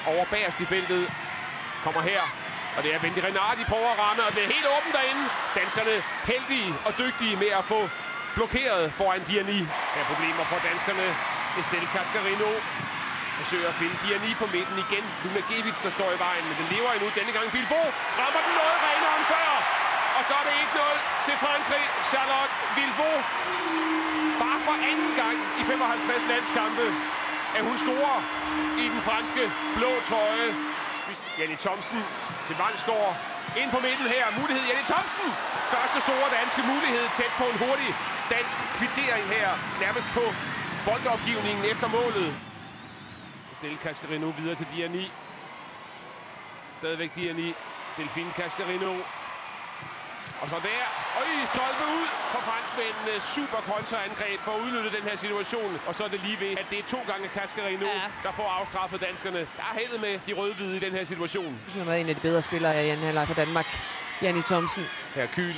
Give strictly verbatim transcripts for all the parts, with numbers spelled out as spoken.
over bagerst i feltet. Kommer her, og det er Wendy Renard, de prøver at ramme, og det er helt åbent derinde. Danskerne heldige og dygtige med at få blokeret foran Diani. Der er problemer for danskerne. Estelle Cascarino forsøger at finde Diani på midten igen. Luna Gewitz, der står i vejen, men den lever endnu. Denne gang Bilbao rammer den noget renere end før. Og så er det et nul til Frankrig. Charlotte Bilbao. Bare for anden gang i femoghalvtreds landskampe, at hun scorer i den franske blå trøje. Janni Thomsen til Vangsgaard. Ind på midten her. Mulighed Janni Thomsen. Første store danske mulighed tæt på en hurtig dansk kvittering her. Nærmest på boldopgivningen efter målet. Estelle Cascarino videre til Diani. Stadigvæk Diani. Delphine Cascarino. Og så der. Øj, stolpe ud for franskmændene. Super kontraangreb for at udnytte den her situation. Og så er det lige ved, at det er to gange Cascarino, ja, der får afstraffet danskerne. Der er heldet med de rød-hvide i den her situation. Det er en af de bedre spillere i anden halvleg for Danmark. Janni Thomsen. Her Kyl.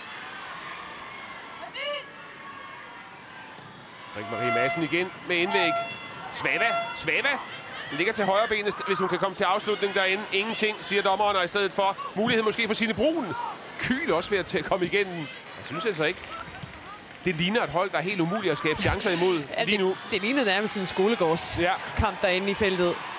Rik-Marie Madsen igen med indlæg. Svava. Svava. Ligger til højre benet, hvis hun kan komme til afslutning derinde. Ingenting, siger dommeren, og i stedet for mulighed måske for Signe Brun. Kyl også ved at komme igennem. Jeg synes altså ikke. Det ligner et hold, der er helt umuligt at skabe chancer imod ja, lige nu. Det, det ligner nærmest en skolegårdskamp, ja, derinde i feltet.